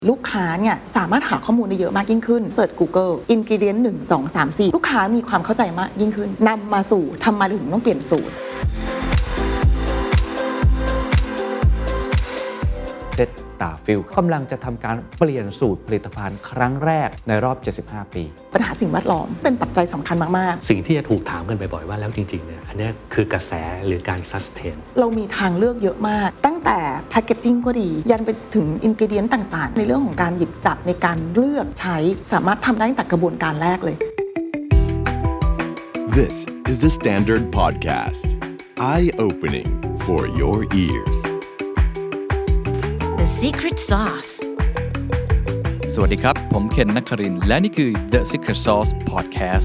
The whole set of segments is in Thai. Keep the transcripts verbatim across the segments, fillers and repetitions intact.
ลูกค้าเนี่ยสามารถหาข้อมูลได้เยอะมากยิ่งขึ้นเสิร์ช Google ingredient หนึ่ง สอง สาม สี่ลูกค้ามีความเข้าใจมากยิ่งขึ้นนำมาสู่ทำไมถึงต้องเปลี่ยนสูตรเซตตาฟิลกำลังจะทำการเปลี่ยนสูตรผลิตภัณฑ์ครั้งแรกในรอบเจ็ดสิบห้าปีปัญหาสิ่งแวดล้อมเป็นปัจจัยสำคัญมากๆสิ่งที่จะถูกถามกันบ่อยๆว่าแล้วจริงๆเนี่ยอันนี้คือกระแสหรือการซัสเทนเรามีทางเลือกเยอะมากตั้งแต่แพคเกจจิ้งก็ดียันไปถึงอินกิเดียนต่างๆในเรื่องของการหยิบจับในการเลือกใช้สามารถทำได้ตั้งแต่กระบวนการแรกเลย This is the Standard Podcast Eye-opening for your ears.The Secret Sauce สวัสดีครับผมเคนนักครินทร์และนี่คือ The Secret Sauce Podcast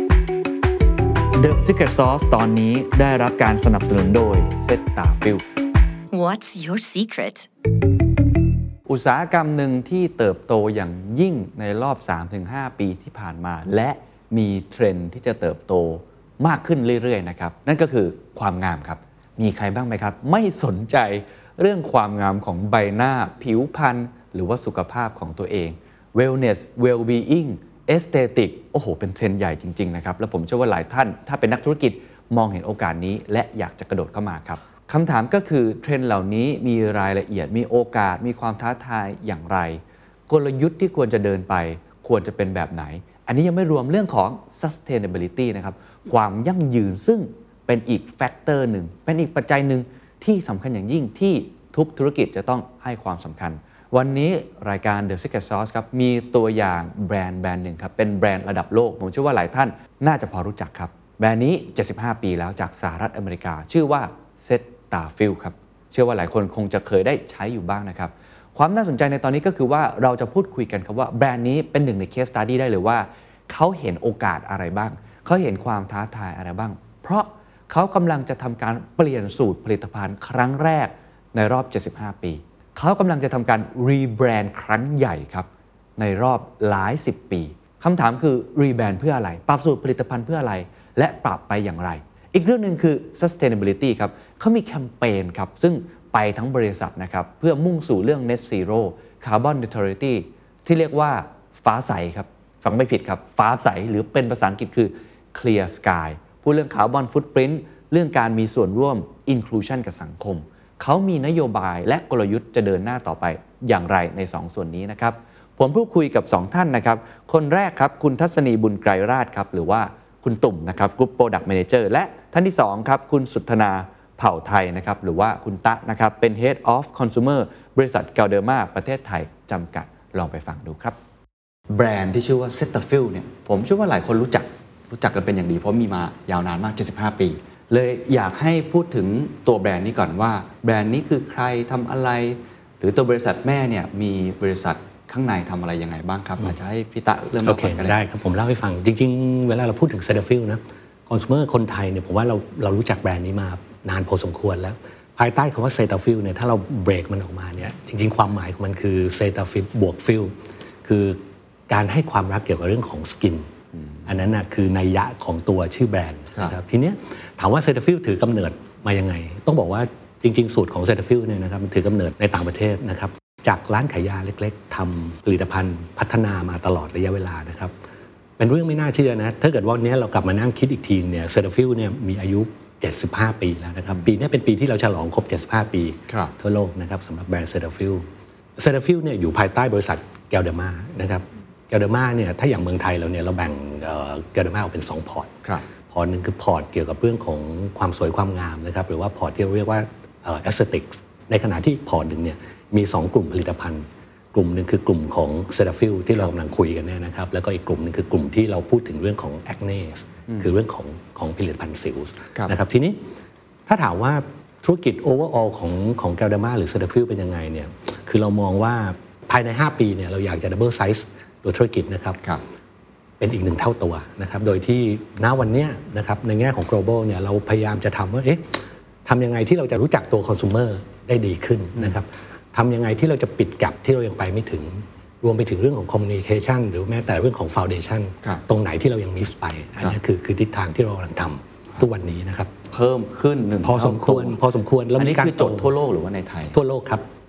The Secret Sauce ตอนนี้ได้รับการสนับสนุนโดยเซตตาฟิล What's your secret อุตสาหกรรมหนึ่งที่เติบโตอย่างยิ่งในรอบ สามถึงห้า ปีที่ผ่านมาและมีเทรนด์ที่จะเติบโตมากขึ้นเรื่อยๆนะครับนั่นก็คือความงามครับมีใครบ้างไหมครับไม่สนใจเรื่องความงามของใบหน้าผิวพรรณหรือว่าสุขภาพของตัวเอง Wellness Well-being Aesthetic โอ้โหเป็นเทรนด์ใหญ่จริงๆนะครับแล้วผมเชื่อว่าหลายท่านถ้าเป็นนักธุรกิจมองเห็นโอกาสนี้และอยากจะกระโดดเข้ามาครับคำถามก็คือเทรนด์เหล่านี้มีรายละเอียดมีโอกาสมีความท้าทายอย่างไรกลยุทธ์ที่ควรจะเดินไปควรจะเป็นแบบไหนอันนี้ยังไม่รวมเรื่องของ sustainability นะครับความยั่งยืนซึ่งเป็นอีกแฟกเตอร์หนึ่งเป็นอีกปัจจัยหนึ่งที่สำคัญอย่างยิ่งที่ทุกธุรกิจจะต้องให้ความสำคัญวันนี้รายการ The Secret Sauce ครับมีตัวอย่างแบรนด์แบรนด์หนึ่งครับเป็นแบรนด์ระดับโลกผมเชื่อว่าหลายท่านน่าจะพอรู้จักครับแบรนด์นี้เจ็ดสิบห้าปีแล้วจากสหรัฐอเมริกาชื่อว่าเซตตาฟิลครับเชื่อว่าหลายคนคงจะเคยได้ใช้อยู่บ้างนะครับความน่าสนใจในตอนนี้ก็คือว่าเราจะพูดคุยกันครับว่าแบรนด์นี้เป็นหนึ่งใน case study ได้เลยว่าเขาเห็นโอกาสอะไรบ้างเขาเห็นความท้าทายอะไรบ้างเพราะเขากำลังจะทำการเปลี่ยนสูตรผลิตภัณฑ์ครั้งแรกในรอบเจ็ดสิบห้าปีเขากำลังจะทำการรีแบรนด์ครั้งใหญ่ครับในรอบหลายสิบปีคำถามคือรีแบรนด์เพื่ออะไรปรับสูตรผลิตภัณฑ์เพื่ออะไรและปรับไปอย่างไรอีกเรื่องหนึ่งคือ sustainability ครับเขามีแคมเปญครับซึ่งไปทั้งบริษัทนะครับเพื่อมุ่งสู่เรื่อง net zero carbon neutrality ที่เรียกว่าฟ้าใสครับฟังไม่ผิดครับฟ้าใสหรือเป็นภาษาอังกฤษคือ clear skyพูดเรื่อง carbon footprint เรื่องการมีส่วนร่วม inclusion กับสังคมเขามีนโยบายและกลยุทธ์จะเดินหน้าต่อไปอย่างไรในสองส่วนนี้นะครับผมพูดคุยกับสองท่านนะครับคนแรกครับคุณทัศนีบุญไกรราชครับหรือว่าคุณตุ่มนะครับ Group Product Manager และท่านที่สองครับคุณสุธนาเผ่าไทยนะครับหรือว่าคุณตะนะครับเป็น Head of Consumer บริษัท Galderma ประเทศไทยจำกัดลองไปฟังดูครับแบรนด์ที่ชื่อว่า Cetaphil เนี่ยผมเชื่อว่าหลายคนรู้จักรู้จักกันเป็นอย่างดีเพราะมีมายาวนานมากเจ็ดสิบห้าปีเลยอยากให้พูดถึงตัวแบรนด์นี้ก่อนว่าแบรนด์นี้คือใครทำอะไรหรือตัวบริษัทแม่เนี่ยมีบริษัทข้างในทำอะไรยังไงบ้างครับอาจจะให้พี่ตะเริ่มต้นก่อนก็ได้ได้ครับผมเล่าให้ฟังจริงๆเวลาเราพูดถึง Cetaphil นะคอน sumer คนไทยเนี่ยผมว่าเราเรารู้จักแบรนด์นี้มานานพอสมควรแล้วภายใต้คำว่า Cetaphil เนี่ยถ้าเราเบรกมันออกมาเนี่ยจริงๆความหมายของมันคือ Cetaphil บวก Fil คือการให้ความรักเกี่ยวกับเรื่องของสกินอันนั้นนะคือนัยยะของตัวชื่อแบรนด์นะครับทีนี้ถามว่า Cetaphil ถือกำเนิดมายังไงต้องบอกว่าจริงๆสูตรของ Cetaphil เนี่ยนะครับมันถือกำเนิดในต่างประเทศนะครับจากร้านขายยาเล็กๆทำผลิตภัณฑ์พัฒนามาตลอดระยะเวลานะครับเป็นเรื่องไม่น่าเชื่อนะถ้าเกิดว่าวันนี้เรากลับมานั่งคิดอีกทีเนี่ย Cetaphil เนี่ยมีอายุเจ็ดสิบห้าปีแล้วนะครับปีนี้เป็นปีที่เราฉลองครบเจ็ดสิบห้าปีทั่วโลกนะครับสำหรับแบรนด์ Cetaphil Cetaphil เนี่ยอยู่ภายใต้บริษัท Galderma นะครับแกลเดอร์มาเนี่ยถ้าอย่างเมืองไทยเราเนี่ยเราแบ่งแกลเดอร์มาออกเป็นสองพอร์ตพอร์ตนึงคือพอร์ตเกี่ยวกับเรื่องของความสวยความงามนะครับหรือว่าพอร์ตที่เรียกว่าเอ่อ aesthetics ในขณะที่พอร์ตนึงเนี่ยมีสองกลุ่มผลิตภัณฑ์กลุ่มนึงคือกลุ่มของ Cetaphil ที่เรากำลังคุยกันเนี่ยนะครับแล้วก็อีกกลุ่มนึงคือกลุ่มที่เราพูดถึงเรื่องของ acne คือเรื่องของของผลิตภัณฑ์สิวนะครับทีนี้ถ้าถามว่าธุรกิจ overall ของของแกลเดอร์มาหรือ Cetaphil เป็นยังไงเนี่ยคือเรามองว่าภายในห้าปีเนี่ยเราอยากจะ double sizeตัวธุรกิจนะครับเป็นอีกหนึ่งเท่าตัวนะครับโดยที่ณวันนี้นะครับในแง่ของ global เนี่ยเราพยายามจะทำว่าเอ๊ะทำยังไงที่เราจะรู้จักตัว consumer ได้ดีขึ้นนะครับทำยังไงที่เราจะปิดแกปที่เรายังไปไม่ถึงรวมไปถึงเรื่องของ communication หรือแม้แต่เรื่องของ foundation ตรงไหนที่เรายังมิสไปอันนี้คือคือทิศทางที่เรากำลังทำทุกวันนี้นะครับเพิ่มขึ้นหนึ่งพอสมควรพอสมควรแล้วอันนี้คือโจทย์ทั่วโลกหรือว่าในไทยทั่วโลกครับ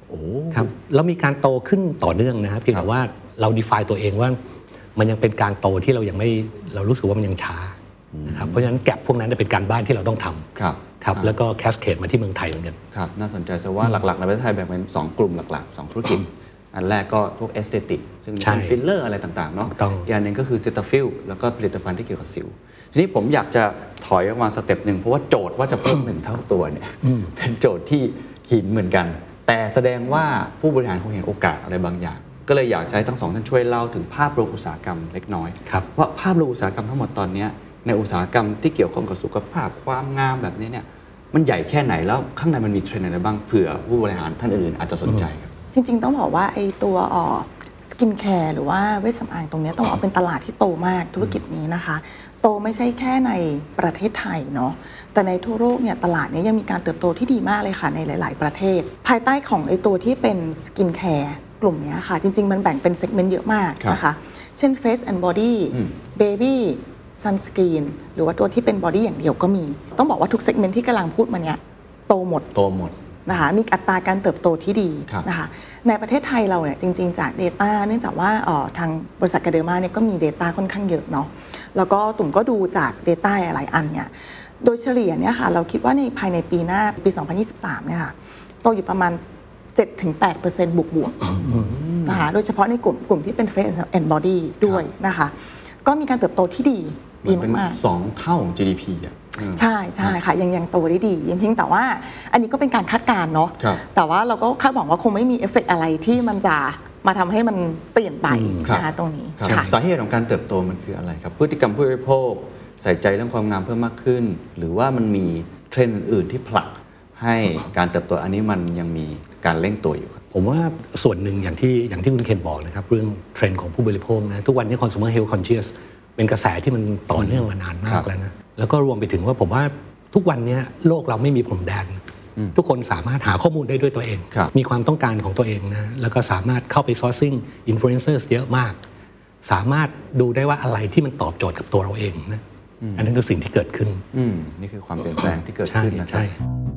โอ้ครับแล้วมีการโตขึ้นต่อเนื่องนะครับเพียงแต่ว่าเรา define ตัวเองว่ามันยังเป็นการโตที่เรายังไม่เรารู้สึกว่ามันยังช้านะครับเพราะฉะนั้นแก็บพวกนั้นจะเป็นการบ้านที่เราต้องทำครับครับแล้วก็แคสเคดมาที่เมืองไทยเหมือนกันครับน่าสนใจซะว่าหลักๆในประเทศไทยแบ่งเป็นสองกลุ่มหลักๆสองธุรกิจอันแรกก็พวกเอสเตติกซึ่งเป็นฟิลเลอร์อะไรต่างๆเนาะอีกอันหนึ่งก็คือเซตาฟิลแล้วก็ผลิตภัณฑ์ที่เกี่ยวกับสิวทีนี้ผมอยากจะถอยออกมาสเต็ปหนึ่งเพราะว่าโจทย์ว่าจะเพิ่มหนึ่งเท่าตัวเนี่ยเป็นโจทย์ที่หินเหมือนกันแต่แสดงว่าผู้บริหารคงเห็นโอกาสอะไรบางอย่างก็เลยอยากให้ทั้งสองท่านช่วยเล่าถึงภาพรวมอุตสาหกรรมเล็กน้อยว่าภาพรวมอุตสาหกรรมทั้งหมดตอนนี้ในอุตสาหกรรมที่เกี่ยวข้องกับสุขภาพความงามแบบนี้เนี่ยมันใหญ่แค่ไหนแล้วข้างในมันมีเทรนด์อะไรบ้างเผื่อผู้บริหารท่านอื่นอาจจะสนใจครับจริงๆต้องบอกว่าไอ้ตัวอ่อสกินแคร์หรือว่าเวชสำอางตรงนี้ต้องบอกว่าเป็นตลาดที่โตมากธุรกิจนี้นะคะโตไม่ใช่แค่ในประเทศไทยเนาะแต่ในทั่วโลกเนี่ยตลาดนี้ยังมีการเติบโตที่ดีมากเลยค่ะในหลายๆประเทศภายใต้ของไอ้ตัวที่เป็นสกินแคร์กลุ่มนี้ค่ะจริงๆมันแบ่งเป็นเซกเมนต์เยอะมากนะคะเช่น Face and Body Baby Sunscreen หรือว่าตัวที่เป็น Body อย่างเดียวก็มีต้องบอกว่าทุกเซกเมนต์ที่กำลังพูดมาเนี่ยโตหมดโตหมดนะคะมีอัตราการเติบโตที่ดีนะคะในประเทศไทยเราเนี่ยจริงๆจาก Data เนื่องจากว่าทางบริษัทกาเดอร์มาเนี่ยก็มี Data ค่อนข้างเยอะเนาะแล้วก็ตุ่มก็ดูจาก Data หลายอันเนี่ยโดยเฉลี่ยเนี่ยค่ะเราคิดว่าในภายในปีหน้าปีสองพันยี่สิบสามเนี่ยค่ะโตอยู่ประมาณ เจ็ดถึงแปดเปอร์เซ็นต์ บวกๆนะคะโดยเฉพาะในกลุ่มกลุ่มที่เป็น Face and Body ด้วยนะคะก็มีการเติบโตที่ดีดีมากๆสองเท่าของ จี ดี พี อ่ะใช่ใช่ค่ะยังยังโตได้ดีเพียงแต่ว่าอันนี้ก็เป็นการคาดการณ์เนาะแต่ว่าเราก็คาดหวังว่าคงไม่มีเอฟเฟกต์อะไรที่มันจะมาทำให้มันเปลี่ยนไปนะคะตรงนี้สาเหตุของการเติบโตมันคืออะไรครับพฤติกรรมผู้บริโภคใส่ใจเรื่องความงามเพิ่มมากขึ้นหรือว่ามันมีเทรนด์อื่นๆที่ผลักให้การเติบโตอันนี้มันยังมีการเร่งตัวอยู่ครับผมว่าส่วนหนึ่งอย่างที่อย่างที่คุณเคนบอกนะครับเรื่องเทรนด์ของผู้บริโภคนะทุกวันนี้ consumer health conscious เป็นกระแสที่มันต่อเนื่องมานานมากแล้วนะแล้วก็รวมไปถึงว่าผมว่าทุกวันนี้โลกเราไม่มีพรมแดนทุกคนสามารถหาข้อมูลได้ด้วยตัวเองมีความต้องการของตัวเองนะแล้วก็สามารถเข้าไป sourcing influencers เยอะมากสามารถดูได้ว่าอะไรที่มันตอบโจทย์กับตัวเราเองนะอันนั้นคือสิ่งที่เกิดขึ้นนี่คือความเปลี่ยนแปลงที่เกิดขึ้นนะใช่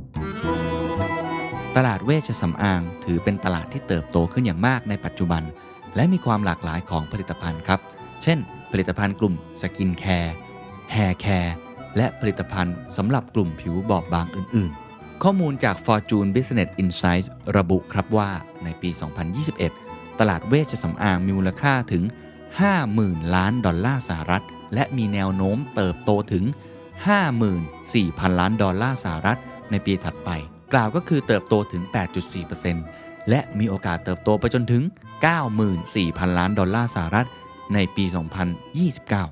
ตลาดเวชสำอางถือเป็นตลาดที่เติบโตขึ้นอย่างมากในปัจจุบันและมีความหลากหลายของผลิตภัณฑ์ครับเช่นผลิตภัณฑ์กลุ่มสกินแคร์แฮร์แคร์และผลิตภัณฑ์สำหรับกลุ่มผิวบอบบางอื่นๆข้อมูลจาก Fortune Business Insights ระบุครับว่าในปี สองพันยี่สิบเอ็ด ตลาดเวชสำอางมีมูลค่าถึง ห้าหมื่น ล้านดอลลาร์สหรัฐและมีแนวโน้มเติบโตถึง ห้าหมื่นสี่พัน ล้านดอลลาร์สหรัฐในปีถัดไปกล่าวก็คือเติบโตถึง แปดจุดสี่เปอร์เซ็นต์ และมีโอกาสเติบโตไปจนถึง เก้าหมื่นสี่พัน ล้านดอลลาร์สหรัฐในปี สองพันยี่สิบเก้า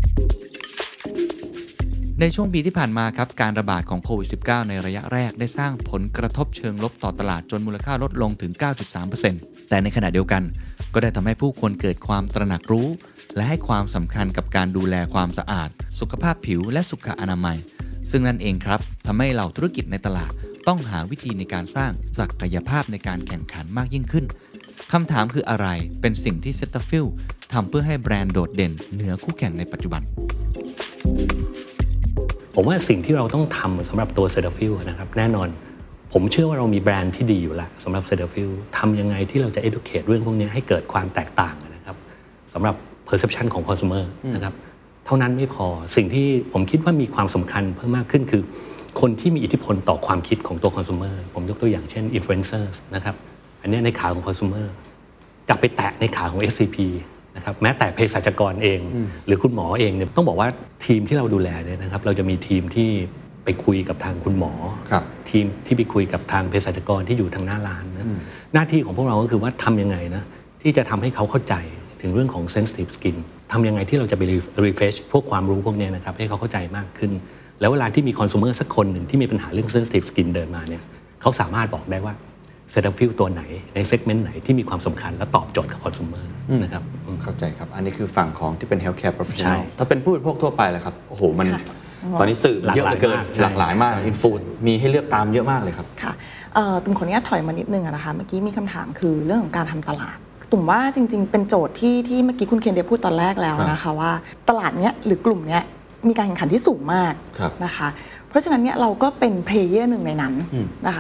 ในช่วงปีที่ผ่านมาครับการระบาดของโควิด สิบเก้า ในระยะแรกได้สร้างผลกระทบเชิงลบต่อตลาดจนมูลค่าลดลงถึง เก้าจุดสามเปอร์เซ็นต์ แต่ในขณะเดียวกันก็ได้ทำให้ผู้คนเกิดความตระหนักรู้และให้ความสำคัญกับการดูแลความสะอาดสุขภาพผิวและสุขอนามัยซึ่งนั่นเองครับทำให้เหล่าธุรกิจในตลาดต้องหาวิธีในการสร้างศักยภาพในการแข่งขันมากยิ่งขึ้นคำถามคืออะไรเป็นสิ่งที่ Cetaphil ทำเพื่อให้แบรนด์โดดเด่นเหนือคู่แข่งในปัจจุบันผมว่าสิ่งที่เราต้องทำสำหรับตัว Cetaphil นะครับแน่นอนผมเชื่อว่าเรามีแบรนด์ที่ดีอยู่แล้วสำหรับ Cetaphil ทำยังไงที่เราจะ educate เรื่องพวกนี้ให้เกิดความแตกต่างนะครับสำหรับ perception ของ consumer นะครับเท่านั้นไม่พอสิ่งที่ผมคิดว่ามีความสำคัญเพิ่มมากขึ้นคือคนที่มีอิทธิพลต่อความคิดของตัว consumer ผมยกตัวอย่างเช่น influencers นะครับอันนี้ในขาของ consumer กลับไปแตะในขาของ เอส ซี พี นะครับแม้แต่เภสัชกรเองหรือคุณหมอเองเนี่ยต้องบอกว่าทีมที่เราดูแลเนี่ยนะครับเราจะมีทีมที่ไปคุยกับทางคุณหมอทีมที่ไปคุยกับทางเภสัชกรที่อยู่ทางหน้าร้านนะหน้าที่ของพวกเราก็คือว่าทำยังไงนะที่จะทำให้เขาเข้าใจถึงเรื่องของ sensitive skin ทำยังไงที่เราจะไป refresh พวกความรู้พวกนี้นะครับให้เขาเข้าใจมากขึ้นแล้วเวลาที่มี consumer สักคนหนึ่งที่มีปัญหาเรื่อง sensitive skin เดินมาเนี่ยเขาสามารถบอกได้ว่าCetaphil ตัวไหนในเซกเมนต์ไหนที่มีความสำคัญและตอบโจทย์กับคอน sumer นะครับเข้าใจครับอันนี้คือฝั่งของที่เป็น healthcare professional ถ้าเป็นผู้บริโภคทั่วไปแหละครับโอ้โหมันตอนนี้สื่อเยอะเหลือเกินหลากหลายมากอินฟูมีให้เลือกตามเยอะมากเลยครับค่ะตุ่มขออนุญาตถอยมานิดนึงนะคะเมื่อกี้มีคำถามคือเรื่องของการทำตลาดตุ่มว่าจริงๆเป็นโจทย์ที่ที่เมื่อกี้คุณเคนได้พูดตอนแรกแล้วนะคะว่าตลาดเนี้ยหรือกลุ่มเนี้ยมีการแข่งขันที่สูงมากนะคะเพราะฉะนั้นเนี่ยเราก็เป็นเพลเยอร์หนึ่งในนั้นนะคะ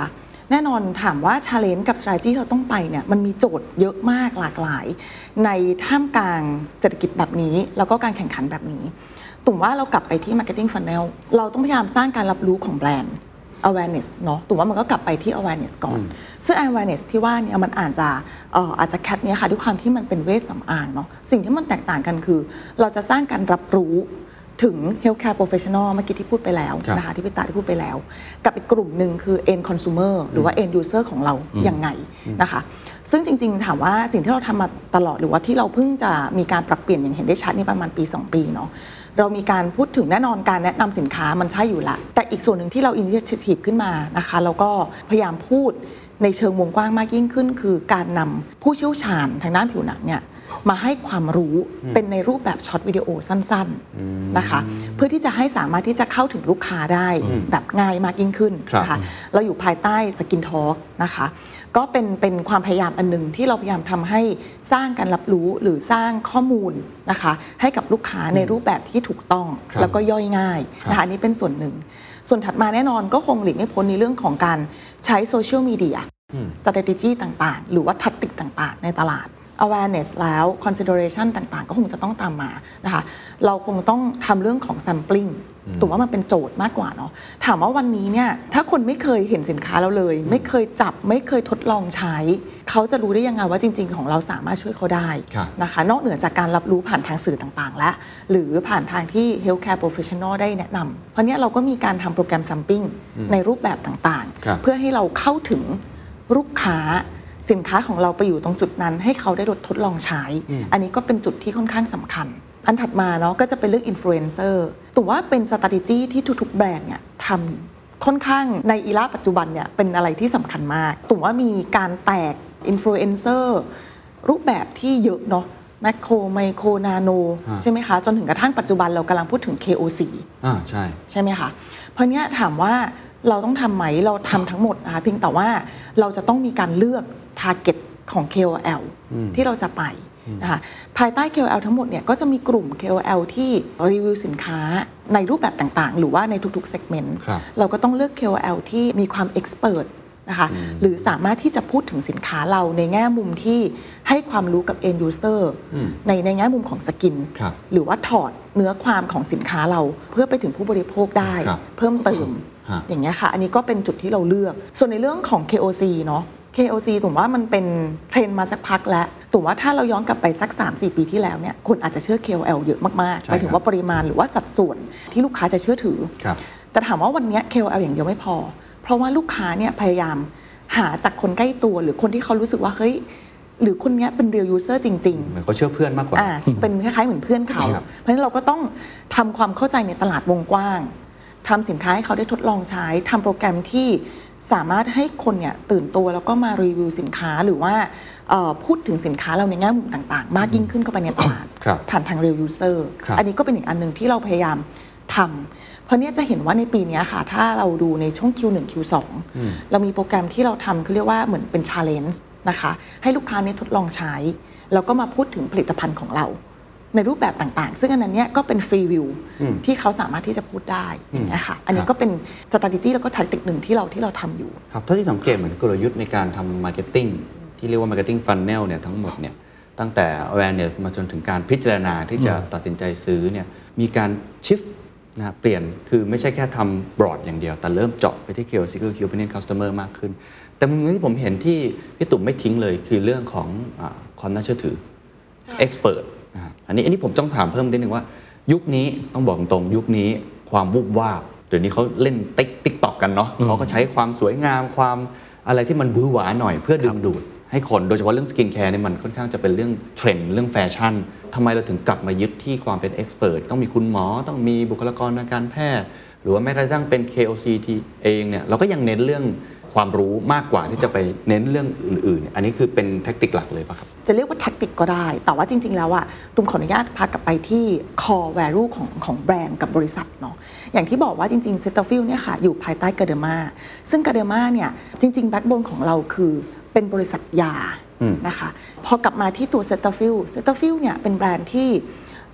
แน่นอนถามว่า challenge กับ strategy ที่เราต้องไปเนี่ยมันมีโจทย์เยอะมากหลากหลายในท่ามกลางเศรษฐกิจแบบนี้แล้วก็การแข่งขันแบบนี้ตุ่มว่าเรากลับไปที่ marketing funnel เราต้องพยายามสร้างการรับรู้ของแบรนด์ awareness เนาะตุ่มว่ามันก็กลับไปที่ awareness ก่อนซึ่ง awareness ที่ว่าเนี่ยมันอาจจะเอ่ออาจจะแคทเนี่ยค่ะด้วยความที่มันเป็นเวชสำอางเนาะสิ่งที่มันแตกต่างกันคือเราจะสร้างการรับรู้ถึง healthcare professional เมื่อกี้ที่พูดไปแล้วนะคะที่พี่ตาที่พูดไปแล้วกับอีกกลุ่มหนึ่งคือ end consumer หรือว่า end user ของเรายังไงนะคะซึ่งจริงๆถามว่าสิ่งที่เราทำมาตลอดหรือว่าที่เราเพิ่งจะมีการปรับเปลี่ยนอย่างเห็นได้ชัดนี่ประมาณปีสองปีเนาะเรามีการพูดถึงแน่นอนการแนะนำสินค้ามันใช่อยู่ละแต่อีกส่วนหนึ่งที่เรา initiative ขึ้นมานะคะแล้วก็พยายามพูดในเชิงวงกว้างมากยิ่งขึ้นคือการนำผู้เชี่ยวชาญทางด้านผิวหนังเนี่ยมาให้ความรู้เป็นในรูปแบบช็อตวิดีโอสั้นๆนะคะเพื่อที่จะให้สามารถที่จะเข้าถึงลูกค้าได้แบบง่ายมากยิ่งขึ้นนะคะเราอยู่ภายใต้ Skin Talk นะคะก็เป็นเป็นความพยายามอันนึงที่เราพยายามทำให้สร้างการรับรู้หรือสร้างข้อมูลนะคะให้กับลูกค้าในรูปแบบที่ถูกต้องแล้วก็ย่อยง่ายนะคะอันนี้เป็นส่วนหนึ่งส่วนถัดมาแน่นอนก็คงหลีกไม่พ้นในเรื่องของการใช้โซเชียลมีเดีย strategy ต่างๆหรือว่าแทคติกต่างๆในตลาดawareness แล้ว consideration ต่างๆก็คงจะต้องตามมานะคะเราคงต้องทำเรื่องของ sampling ถูกว่ามันเป็นโจทย์มากกว่าเนาะถามว่าวันนี้เนี่ยถ้าคนไม่เคยเห็นสินค้าเราเลยไม่เคยจับไม่เคยทดลองใช้เขาจะรู้ได้ยังไงว่าจริงๆของเราสามารถช่วยเขาได้นะคะนอกเหนือจากการรับรู้ผ่านทางสื่อต่างๆและหรือผ่านทางที่ healthcare professional ได้แนะนำเพราะเนี้ยเราก็มีการทำโปรแกรม sampling ในรูปแบบต่างๆเพื่อให้เราเข้าถึงลูกค้าสินค้าของเราไปอยู่ตรงจุดนั้นให้เขาได้ทดลองใช้ อ, อันนี้ก็เป็นจุดที่ค่อนข้างสำคัญอันถัดมาเนาะก็จะเป็นเรื่องอินฟลูเอนเซอร์ตัวว่าเป็น strategy ที่ทุกๆแบรนด์เนี่ยทำค่อนข้างในอีราปัจจุบันเนี่ยเป็นอะไรที่สำคัญมากตัวว่ามีการแตกอินฟลูเอนเซอร์รูปแบบที่เยอะเนาะแมคโครไมโครนาโนใช่ไหมคะจนถึงกระทั่งปัจจุบันเรากำลังพูดถึง เค โอ ซีอ่าใช่ใช่ไหมคะเพราะเนี้ยถามว่าเราต้องทำไหมเราทำทั้งหมดนะคะเพียงแต่ว่าเราจะต้องมีการเลือกtarget ของ เค โอ แอล ที่เราจะไปนะคะภายใต้ เค โอ แอล ทั้งหมดเนี่ยก็จะมีกลุ่ม เค โอ แอล ที่รีวิวสินค้าในรูปแบบต่างๆหรือว่าในทุกๆ segment เราก็ต้องเลือก เค โอ แอล ที่มีความ expert นะคะหรือสามารถที่จะพูดถึงสินค้าเราในแง่มุมที่ให้ความรู้กับ end user ในในแง่มุมของสกินหรือว่าถอดเนื้อความของสินค้าเราเพื่อไปถึงผู้บริโภคได้เพิ่มเติมอย่างเงี้ยค่ะอันนี้ก็เป็นจุดที่เราเลือกส่วนในเรื่องของ เค โอ ซี เนาะเค โอ ซี ตุ่มว่ามันเป็นเทรนด์มาสักพักแล้วตุ่มว่าถ้าเราย้อนกลับไปสัก สามถึงสี่ ปีที่แล้วเนี่ยคนอาจจะเชื่อ เค โอ แอล เยอะมากๆหมายถึงว่าปริมาณหรือว่าสัดส่วนที่ลูกค้าจะเชื่อถือแต่ถามว่าวันนี้ เค โอ แอล อย่างเดียวไม่พอเพราะว่าลูกค้าเนี่ยพยายามหาจากคนใกล้ตัวหรือคนที่เขารู้สึกว่าเฮ้ยหรือคนนี้เป็น real user จริงๆเหมือนเขาเชื่อเพื่อนมากกว่าเป็นคล้ายๆเหมือนเพื่อนเขาเพราะฉะนั้นเราก็ต้องทำความเข้าใจในตลาดวงกว้างทำสินค้าให้เขาได้ทดลองใช้ทำโปรแกรมที่สามารถให้คนเนี่ยตื่นตัวแล้วก็มารีวิวสินค้าหรือว่าพูดถึงสินค้าเราในแง่มุมต่างๆมากยิ่งขึ้นเข้าไปในตลาดผ่านทาง real user อันนี้ก็เป็นอีกอันนึงที่เราพยายามทำเพราะเนี่ยจะเห็นว่าในปีนี้ค่ะถ้าเราดูในช่วง คิว หนึ่ง คิว สอง เรามีโปรแกรมที่เราทำเขาเรียกว่าเหมือนเป็น challenge นะคะให้ลูกค้าเนี่ยทดลองใช้แล้วก็มาพูดถึงผลิตภัณฑ์ของเราในรูปแบบต่างๆซึ่งอันนั้นเนี่ยก็เป็นฟรีวิวที่เขาสามารถที่จะพูดได้อย่างเงี้ยค่ะอันนี้ก็เป็น strategy แล้วก็ tactic หนึ่งที่เราที่เราทำอยู่ครับเท่าที่สังเกตเหมือนกลยุทธ์ในการทำ marketing ที่เรียกว่า marketing funnel เนี่ยทั้งหมดเนี่ยตั้งแต่ awareness มาจนถึงการพิจารณาที่จะตัดสินใจซื้อเนี่ยมีการ shift นะเปลี่ยนคือไม่ใช่แค่ทำ broad อย่างเดียวแต่เริ่มเจาะไปที่ เค โอ ซี คือ Key Opinion Customer มากขึ้นแต่มุมนึงที่ผมเห็นที่พี่ตุ่มไม่ทิ้งเลยคือเรื่องของอ่าความน่าเชื่อถือ expertอันนี้อันนี้ผมต้องถามเพิ่มนิดนึงว่ายุคนี้ต้องบอกตรงยุคนี้ความวุบวาบเดี๋ยวนี้เขาเล่นติ๊กติ๊กต็อกกันเนาะเขาก็ใช้ความสวยงามความอะไรที่มันบื้อหวาหน่อยเพื่อดึงดูดให้คนโดยเฉพาะเรื่องสกินแคร์เนี่ยมันค่อนข้างจะเป็นเรื่องเทรนด์เรื่องแฟชั่นทำไมเราถึงกลับมายึดที่ความเป็นเอ็กซ์เพรสต้องมีคุณหมอต้องมีบุคลากรทางการแพทย์หรือว่าแม้กระทั่งเป็น เค โอ ซี ที่เองเนี่ยเราก็ยังเน้นเรื่องความรู้มากกว่าที่จะไปเน้นเรื่องอื่นๆอันนี้คือเป็นแทคติกหลักเลยป่ะครับจะเรียกว่าแทคติกก็ได้แต่ว่าจริงๆแล้วอ่ะตุ้มขออนุญาตพากลับไปที่ core value ของของแบรนด์กับบริษัทเนาะอย่างที่บอกว่าจริงๆ Cetaphil เนี่ยค่ะอยู่ภายใต้ Galderma ซึ่ง Galderma เนี่ยจริงๆแบ็คโบนของเราคือเป็นบริษัทยานะคะพอกลับมาที่ตัว Cetaphil Cetaphil เนี่ยเป็นแบรนด์ที่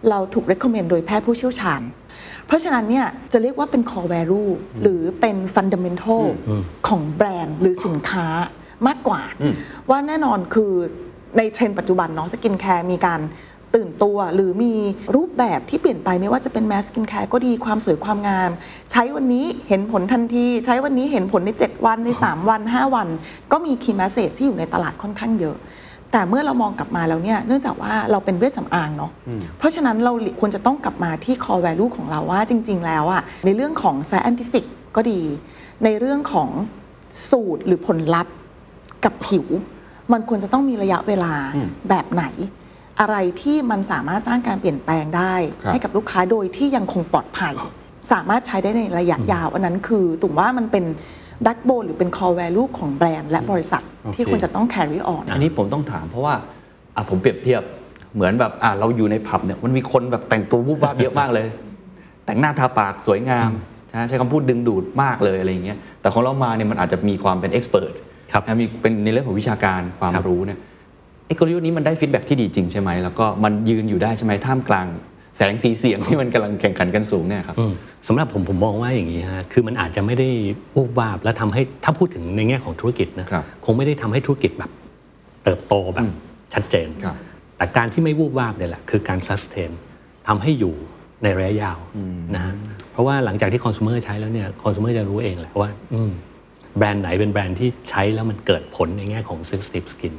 เราถูก recommend โดยแพทย์ผู้เชี่ยวชาญเพราะฉะนั้นเนี่ยจะเรียกว่าเป็น core value หรือเป็น fundamental ของแบรนด์หรือสินค้ามากกว่าว่าแน่นอนคือในเทรนด์ปัจจุบันเนาะสกินแคร์มีการตื่นตัวหรือมีรูปแบบที่เปลี่ยนไปไม่ว่าจะเป็นแมสสกินแคร์ก็ดีความสวยความงามใช้วันนี้เห็นผลทันทีใช้วันนี้เห็นผลในเจ็ดวันในสามวันห้าวันก็มีคีย์แมสเสจที่อยู่ในตลาดค่อนข้างเยอะแต่เมื่อเรามองกลับมาแล้วเนี่ยเนื่องจากว่าเราเป็นเวชสำอางเนาะเพราะฉะนั้นเราควรจะต้องกลับมาที่ core value ของเราว่าจริงๆแล้วอะในเรื่องของ scientific ก็ดีในเรื่องของสูตรหรือผลลัพธ์กับผิวมันควรจะต้องมีระยะเวลาแบบไหนอะไรที่มันสามารถสร้างการเปลี่ยนแปลงได้ให้กับลูกค้าโดยที่ยังคงปลอดภัยสามารถใช้ได้ในระยะยาวอันนั้นคือตุ่มว่ามันเป็นแบ็คโบนหรือเป็น core value ของแบรนด์และบริษัทที่ควรจะต้อง carry on อันนี้ผมต้องถามเพราะว่าอ่ะผมเปรียบเทียบเหมือนแบบอ่ะเราอยู่ในผับเนี่ยมันมีคนแบบแต่งตัววูบวาบเยอะมากเลย แต่งหน้าทาปากสวยงามใช้คำพูดดึงดูดมากเลยอะไรอย่างเงี้ยแต่ของเรามาเนี่ยมันอาจจะมีความเป็น expert นะมีเป็นในเรื่องของวิชาการความรู้เนี่ยไอ้กลยุทธ์นี้มันได้ฟีดแบ็กที่ดีจริงใช่ไหมแล้วก็มันยืนอยู่ได้ใช่ไหมท่ามกลางแสงสีเสียงที่มันกำลังแข่งขันกันสูงเนี่ยครับสำหรับผมผมมองว่าอย่างนี้ฮะคือมันอาจจะไม่ได้วูบวาบและทำให้ถ้าพูดถึงในแง่ของธุรกิจนะคงไม่ได้ทำให้ธุรกิจแบบเติบโตแบบชัดเจนแต่การที่ไม่วูบวาบเนี่ยแหละคือการ sustain ทำให้อยู่ในระยะยาวนะฮะเพราะว่าหลังจากที่ consumer ใช้แล้วเนี่ย consumer จะรู้เองแหละว่าแบรนด์ไหนเป็นแบรนด์ที่ใช้แล้วมันเกิดผลในแง่ของ sensitive skin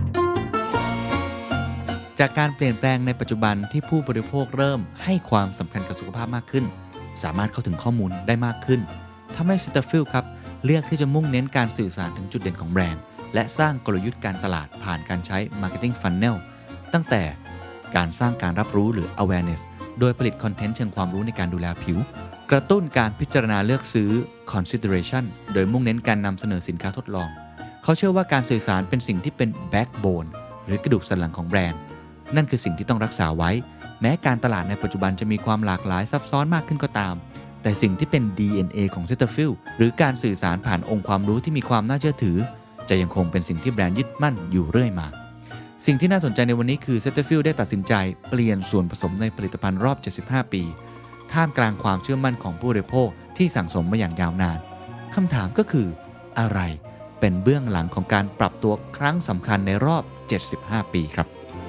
จากการเปลี่ยนแปลงในปัจจุบันที่ผู้บริโภคเริ่มให้ความสำคัญกับสุขภาพมากขึ้นสามารถเข้าถึงข้อมูลได้มากขึ้นทำให้ Cetaphil ครับเลือกที่จะมุ่งเน้นการสื่อสารถึงจุดเด่นของแบรนด์และสร้างกลยุทธ์การตลาดผ่านการใช้ Marketing Funnel ตั้งแต่การสร้างการรับรู้หรือ awareness โดยผลิตคอนเทนต์เชิงความรู้ในการดูแลผิวกระตุ้นการพิจารณาเลือกซื้อ consideration โดยมุ่งเน้นการนำเสนอสินค้าทดลองเขาเชื่อว่าการสื่อสารเป็นสิ่งที่เป็น backbone หรือกระดูกสันหลังของแบรนด์นั่นคือสิ่งที่ต้องรักษาไว้แม้การตลาดในปัจจุบันจะมีความหลากหลายซับซ้อนมากขึ้นก็ตามแต่สิ่งที่เป็น ดี เอ็น เอ ของ Cetaphil หรือการสื่อสารผ่านองค์ความรู้ที่มีความน่าเชื่อถือจะยังคงเป็นสิ่งที่แบรนด์ยึดมั่นอยู่เรื่อยมาสิ่งที่น่าสนใจในวันนี้คือ Cetaphil ได้ตัดสินใจเปลี่ยนส่วนผสมในผลิตภัณฑ์รอบเจ็ดสิบห้าปีท่ามกลางความเชื่อมั่นของผู้บริโภคที่สั่งสมมาอย่างยาวนานคำถามก็คืออะไรเป็นเบื้องหลังของการปรับตัวครั้งสำคัญในรอบเจ็ดสิบห้าปีครับ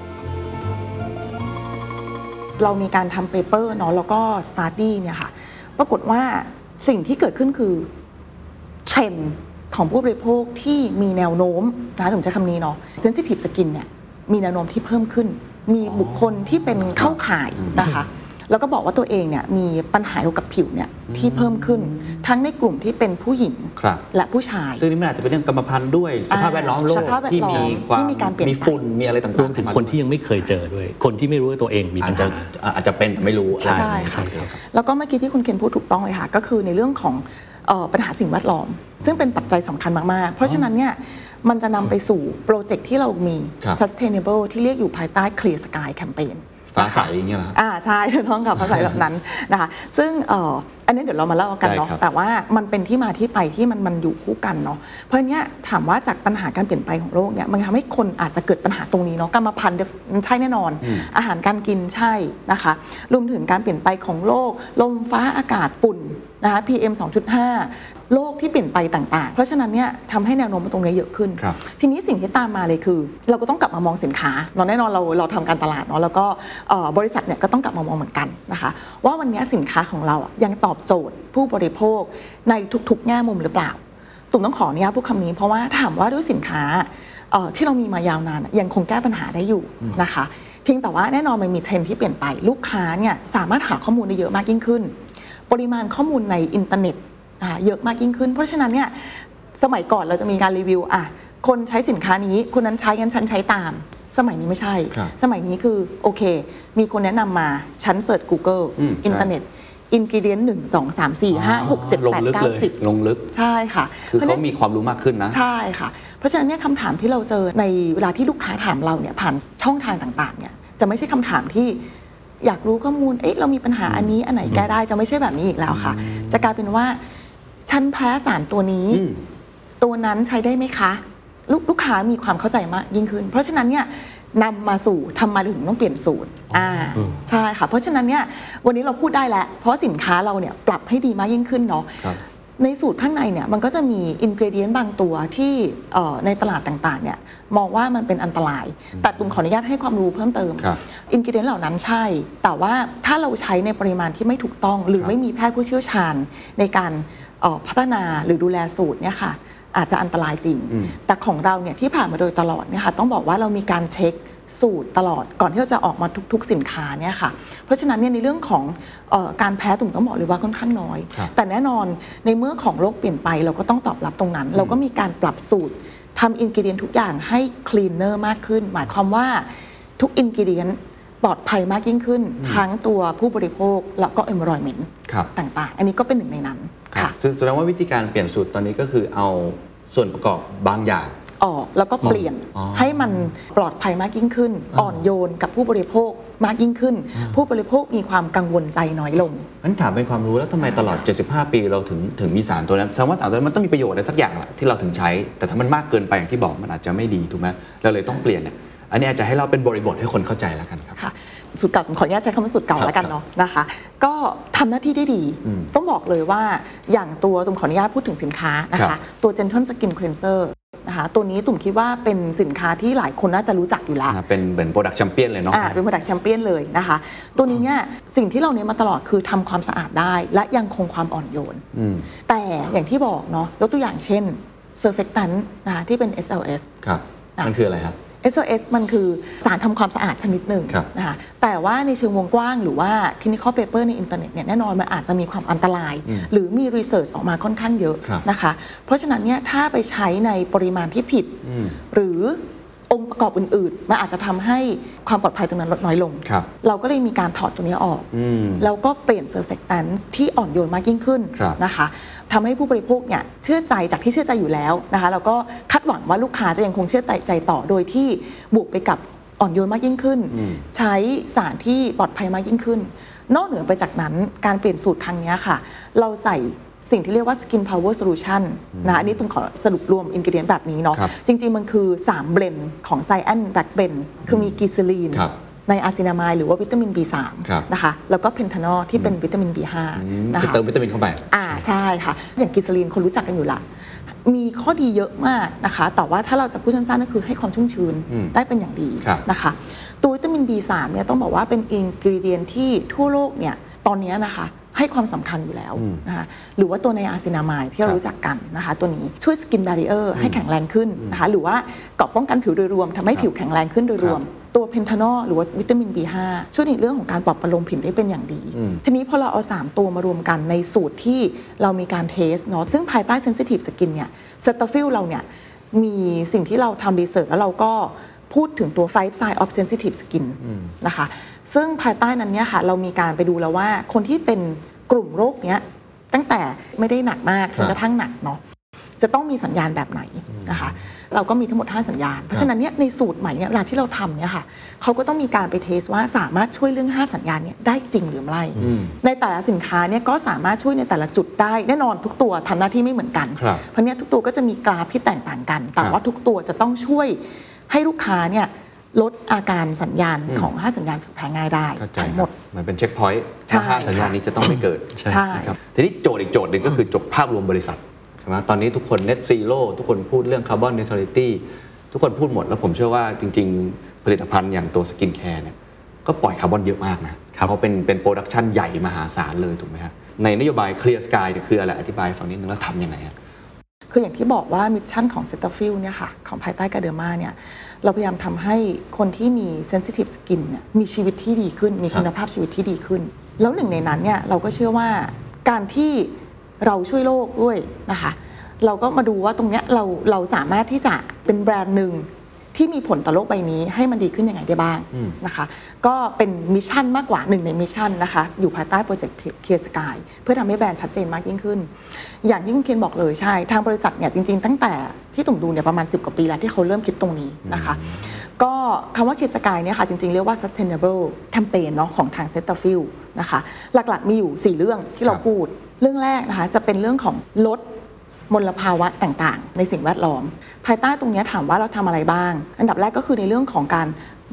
เรามีการทำเปเปอร์เนาะแล้วก็สตาร์ดี้เนี่ยค่ะปรากฏว่าสิ่งที่เกิดขึ้นคือเทรนด์ของผู้บริโภคที่มีแนวโน้มนะผมใช้คำนี้เนาะเซนซิทีฟสกินเนี่ยมีแนวโน้มที่เพิ่มขึ้นมีบุคคลที่เป็นเข้าข่ายนะคะแล้วก็บอกว่าตัวเองเนี่ยมีปัญหาเกี่ยวกับผิวเนี่ยที่เพิ่มขึ้นทั้งในกลุ่มที่เป็นผู้หญิงและผู้ชายซึ่งนี่มันอาจจะเป็นเรื่องกรรมพันธุ์ด้วยสภาพแวดล้อมโลกที่มีความมีฝุ่นมีอะไรต่างๆรวมถึงคนที่ยังไม่เคยเจอด้วยคนที่ไม่รู้ว่าตัวเองมีปัญหาอาจจะเป็นแต่ไม่รู้ใช่ใช่ครับแล้วก็เมื่อกี้ที่คุณเคนพูดถูกต้องเลยค่ะก็คือในเรื่องของปัญหาสิ่งแวดล้อมซึ่งเป็นปัจจัยสำคัญมากๆเพราะฉะนั้นเนี่ยมันจะนำไปสู่โปรเจกต์ที่เรามี sustainable ที่เรียกอยู่ภายใต้ Clear Sky Campaign ฟ้าใสอย่างเงี้ยเหรออ่าใช่ถูกต้องค่ะฟ้าใสแบบนั้นนะคะซึ่งเอ่ออันนี้เดี๋ยวเรามาเล่ากันเนาะแต่ว่ามันเป็นที่มาที่ไปที่มันมันอยู่คู่กันเนาะเพราะเนี้ยถามว่าจากปัญหาการเปลี่ยนไปของโลกเนี่ยมันทำให้คนอาจจะเกิดปัญหาตรงนี้เนาะกรรมพันธุ์ใช่แน่นอนอาหารการกินใช่นะคะรวมถึงการเปลี่ยนไปของโลกลมฟ้าอากาศฝุ่นนะคะ พี เอ็ม สองจุดห้า โลกที่เปลี่ยนไปต่างๆเพราะฉะนั้นเนี่ยทำให้แนวโน้มตรงนี้เยอะขึ้นทีนี้สิ่งที่ตามมาเลยคือเราก็ต้องกลับมามองสินค้าเนาะแน่นอนเราเราทำการตลาดเนาะแล้วก็บริษัทเนี่ยก็ต้องกลับมามองเหมือนกันนะคะว่าวันนี้สินค้าของเราอ่ะยังตอบโจทย์ผู้บริโภคในทุกๆแง่มุมหรือเปล่าตุ่มต้องขออนุญาตพูดคำนี้เพราะว่าถามว่าด้วยสินค้าที่เรามีมายาวนานยังคงแก้ปัญหาได้อยู่นะคะเพียงแต่ว่าแน่นอนมันมีเทรนด์ที่เปลี่ยนไปลูกค้าเนี่ยสามารถหาข้อมูลได้เยอะมากยิ่งขึ้นปริมาณข้อมูลในอินเทอร์เน็ตเยอะมากยิ่งขึ้นเพราะฉะนั้นเนี่ยสมัยก่อนเราจะมีการรีวิวอ่ะคนใช้สินค้านี้คนนั้นใช้งั้นฉันใช้ตามสมัยนี้ไม่ใช่สมัยนี้คือโอเคมีคนแนะนำมาฉันเสิร์ช Google อินเทอร์เน็ตอินกิเดียนหนึ่งสองสามสี่ห้าหกเจ็ดแปดเก้าสิบลงลึกใช่ค่ะคือเขามีความรู้มากขึ้นนะใช่ค่ะเพราะฉะนั้นเนี่ยคำถามที่เราเจอในเวลาที่ลูกค้าถามเราเนี่ยผ่านช่องทางต่างๆเนี่ยจะไม่ใช่คำถามที่อยากรู้ข้อมูลเอ๊ะเรามีปัญหาอันนี้อันไหนแก้ได้จะไม่ใช่แบบนี้อีกแล้วค่ะจะกลายเป็นว่าฉันแพ้สารตัวนี้ตัวนั้นใช้ได้ไหมคะลูกลูกค้ามีความเข้าใจมากยิ่งขึ้นเพราะฉะนั้นเนี่ยนำมาสู่ทำไมถึงต้องเปลี่ยนสูตรอ่าใช่ค่ะเพราะฉะนั้นเนี่ยวันนี้เราพูดได้แล้วเพราะสินค้าเราเนี่ยปรับให้ดีมากยิ่งขึ้นเนาะในสูตรข้างในเนี่ยมันก็จะมีอินกรีเดียนต์บางตัวที่ในตลาดต่างๆเนี่ยมองว่ามันเป็นอันตรายแต่ตุ่มขออนุญาตให้ความรู้เพิ่มเติมอินกรีเดียนต์เหล่านั้นใช่แต่ว่าถ้าเราใช้ในปริมาณที่ไม่ถูกต้องหรือไม่มีแพทย์ผู้เชี่ยวชาญในการพัฒนาหรือดูแลสูตรเนี่ยค่ะอาจจะอันตรายจริงแต่ของเราเนี่ยที่ผ่านมาโดยตลอดเนี่ยค่ะต้องบอกว่าเรามีการเช็คสูตรตลอดก่อนที่เราจะออกมาทุกๆสินค้าเนี่ยค่ะเพราะฉะนั้นเนี่ยในเรื่องของเอ่อการแพ้ตุ่มต้องบอกเลยว่าค่อนข้างน้อยแต่แน่นอนในเมื่อของโลกเปลี่ยนไปเราก็ต้องตอบรับตรงนั้นเราก็มีการปรับสูตรทำอินกิเดียนทุกอย่างให้คลีนเนอร์มากขึ้นหมายความว่าทุกอินกิเดียนปลอดภัยมากยิ่งขึ้นทั้งตัวผู้บริโภคแล้วก็ environment ต่างๆอันนี้ก็เป็นหนึ่งในนั้นค่ะแสดงว่าวิธีการเปลี่ยนสูตรตอนนี้ก็คือเอาส่วนประกอบบางอย่างออกแล้วก็เปลี่ยนให้มันปลอดภัยมากยิ่งขึ้นอ่อนโยนกับผู้บริโภคมากยิ่งขึ้นผู้บริโภคมีความกังวลใจน้อยลงงั้นถามเป็นความรู้แล้วทำไมตลอดเจ็ดสิบห้าปีเราถึงถึงมีสารตัวนั้นแสดงว่าสารตัวนั้นมันต้องมีประโยชน์อะไรสักอย่างแหละที่เราถึงใช้แต่ถ้ามันมากเกินไปอย่างที่บอกมันอาจจะไม่ดีถูกไหมเราเลยต้องเปลี่ยนเนี่ยอันนี้อาจจะให้เราเป็นบริบทให้คนเข้าใจแล้วกันครับค่ะสูตรเก่าขออนุญาตใช้คำว่าสูตรเก่าแล้วกันเนาะนะคะก็ทำหน้าที่ได้ดีต้องบอกเลยว่าอย่างตัวตุ่มขออนุญาตพูดถึงสินค้านะคะตัว Gentle Skin Cleanserนะคะตัวนี้ตุ่มคิดว่าเป็นสินค้าที่หลายคนน่าจะรู้จักอยู่แล้วเป็นเหมือนโปรดักต์แชมเปี้ยนเลยเนาะเป็นโปรดักต์แชมเปี้ยนเลยนะคะตัวนี้เนี่ยสิ่งที่เราเน้นมาตลอดคือทำความสะอาดได้และยังคงความอ่อนโยนแต่อย่างที่บอกเนาะยกตัวอย่างเช่น Surfactant นะคะที่เป็น เอส แอล เอสครับมันคืออะไรครับเอส แอล เอส มันคือสารทำความสะอาดชนิดหนึ่งนะคะแต่ว่าในเชิงวงกว้างหรือว่า clinical paper ในอินเทอร์เน็ตเนี่ยแน่นอนมันอาจจะมีความอันตรายหรือมี research ออกมาค่อนข้างเยอะนะคะเพราะฉะนั้นเนี่ยถ้าไปใช้ในปริมาณที่ผิดหรือองค์ประกอบอื่นๆมันอาจจะทำให้ความปลอดภัยตรงนั้นลดน้อยลงเราก็เลยมีการถอดตัวนี้ออกแล้วก็เปลี่ยน surfactant ที่อ่อนโยนมากยิ่งขึ้นนะคะทำให้ผู้บริโภคเนี่ยเชื่อใจจากที่เชื่อใจอยู่แล้วนะคะแล้วก็คาดหวังว่าลูกค้าจะยังคงเชื่อใจต่อโดยที่บวกไปกับอ่อนโยนมากยิ่งขึ้นใช้สารที่ปลอดภัยมากยิ่งขึ้นนอกเหนือไปจากนั้นการเปลี่ยนสูตรทางนี้ค่ะเราใส่สิ่งที่เรียกว่า Skin Power Solution นะอันนี้ตุ้มขอสรุปรวมอินกรีเดียนต์แบบนี้เนาะจริงๆมันคือสามเบลนด์ของ Cyan Black Blend คือมีกิซลีนในอะซินามายหรือว่าวิตามิน บี สาม นะคะแล้วก็เพนทานอลที่เป็นวิตามิน บี ห้านะคะเติมวิตามินเข้าไปอ่าใช่ค่ะอย่างกิซลีนคนรู้จักกันอยู่ละมีข้อดีเยอะมากนะคะแต่ว่าถ้าเราจะพูดสั้นๆก็คือให้ความชุ่มชื้นได้เป็นอย่างดีนะคะตัววิตามิน บี สาม เนี่ยต้องบอกว่าเป็นอินกรีเดียนที่ทั่วโลกเนี่ยตอนนี้นะคะให้ความสำคัญอยู่แล้วนะคะหรือว่าตัวในอะซินามายที่เรารู้จักกันนะคะตัวนี้ช่วยสกินบารีเออร์ให้แข็งแรงขึ้นนะคะหรือว่าเกราะป้องกันผิวโดยรวมทำให้ผิวแข็งแรงขึ้นโดยรวมตัวเพนทานอลหรือว่าวิตามิน บี ห้า ช่วยในเรื่องของการปลอบประโลมผิวได้เป็นอย่างดีทีนี้พอเราเอาสามตัวมารวมกันในสูตรที่เรามีการเทสเนาะซึ่งภายใต้เซนซิทีฟสกินเนี่ยเซตาฟิลเราเนี่ยมีสิ่งที่เราทำรีเสิร์ชแล้วเราก็พูดถึงตัว five sign of sensitive skin นะคะซึ่งภายใต้นั้นเนี่ยค่ะเรามีการไปดูแล้วว่าคนที่เป็นกลุ่มโรคเนี้ยตั้งแต่ไม่ได้หนักมากจนกระทั่งหนักเนาะจะต้องมีสัญญาณแบบไหนนะคะเราก็มีทั้งหมดห้าสัญญาณเพราะฉะนั้นเนี่ยในสูตรใหม่เนี่ยเวลาที่เราทำเนี่ยค่ะเขาก็ต้องมีการไปเทสว่าสามารถช่วยเรื่องห้าสัญญาณเนี่ยได้จริงหรือไม่ในแต่ละสินค้าเนี่ยก็สามารถช่วยในแต่ละจุดได้แน่นอนทุกตัวทำหน้าที่ไม่เหมือนกันเพราะเนี่ยทุกตัวก็จะมีกราฟที่แตกต่างกันแต่ว่าทุกตัวจะต้องช่วยให้ลูกค้าเนี่ยลดอาการสัญญาณของห้าสัญญาณผิวแพ้ง่ายได้ทั้งหมดมันเป็นเช็คพอยต์ว่าห้าสัญญาณนี้จะต้องไม่เกิดใช่ครับทีนี้โจทย์อีกโจทย์หนึ่งก็คือโจทย์ภาพรวมบริษัทใช่ไหมตอนนี้ทุกคน Net Zero ทุกคนพูดเรื่อง Carbon Neutrality ทุกคนพูดหมดแล้วผมเชื่อว่าจริงๆผลิตภัณฑ์อย่างตัวสกินแคร์เนี่ยก็ปล่อยคาร์บอนเยอะมากนะเพราะเป็นเป็นโปรดักชันใหญ่มหาศาลเลยถูกไหมครับในนโยบาย Clear Sky เนี่ยคืออะไรอธิบายฝั่งนี้นึงแล้วทำยังไงครับคืออย่างที่บอกว่ามิชชั่นของเซตาฟิลเนี่ยค่ะของภายใต้กาเดอร์มาเนี่ยเราพยายามทำให้คนที่มีเซนซิทีฟสกินเนี่ยมีชีวิตที่ดีขึ้นมีคุณภาพชีวิตที่ดีขึ้นแล้วหนึ่งในนั้นเนี่ยเราก็เชื่อว่าการที่เราช่วยโลกด้วยนะคะเราก็มาดูว่าตรงเนี้ยเราเราสามารถที่จะเป็นแบรนด์หนึ่งที่มีผลต่อโลกใบนี้ให้มันดีขึ้นยังไงได้บ้างนะคะก็เป็นมิชชั่นมากกว่าหนึ่งในมิชชั่นนะคะอยู่ภายใต้โปรเจกต์เคลียร์สกายเพื่อทำให้แบรนด์ชัดเจนมากยิ่งขึ้นอย่างที่คุณเคนบอกเลยใช่ทางบริษัทเนี่ยจริงๆตั้งแต่ที่ตุ่มดูเนี่ยประมาณสิบกว่าปีแล้วที่เขาเริ่มคิดตรงนี้นะคะก็คำว่าเคลียร์สกายเนี่ยค่ะจริงๆเรียกว่า sustainable campaign เนาะของทางเซตาฟิลนะคะหลักๆมีอยู่สี่เรื่องที่เราพูดเรื่องแรกนะคะจะเป็นเรื่องของลดมลภาวะต่างๆในสิ่งแวดล้อมภายใต้ตรงนี้ถามว่าเราทำอะไรบ้างอันดับแรกก็คือในเรื่องของการ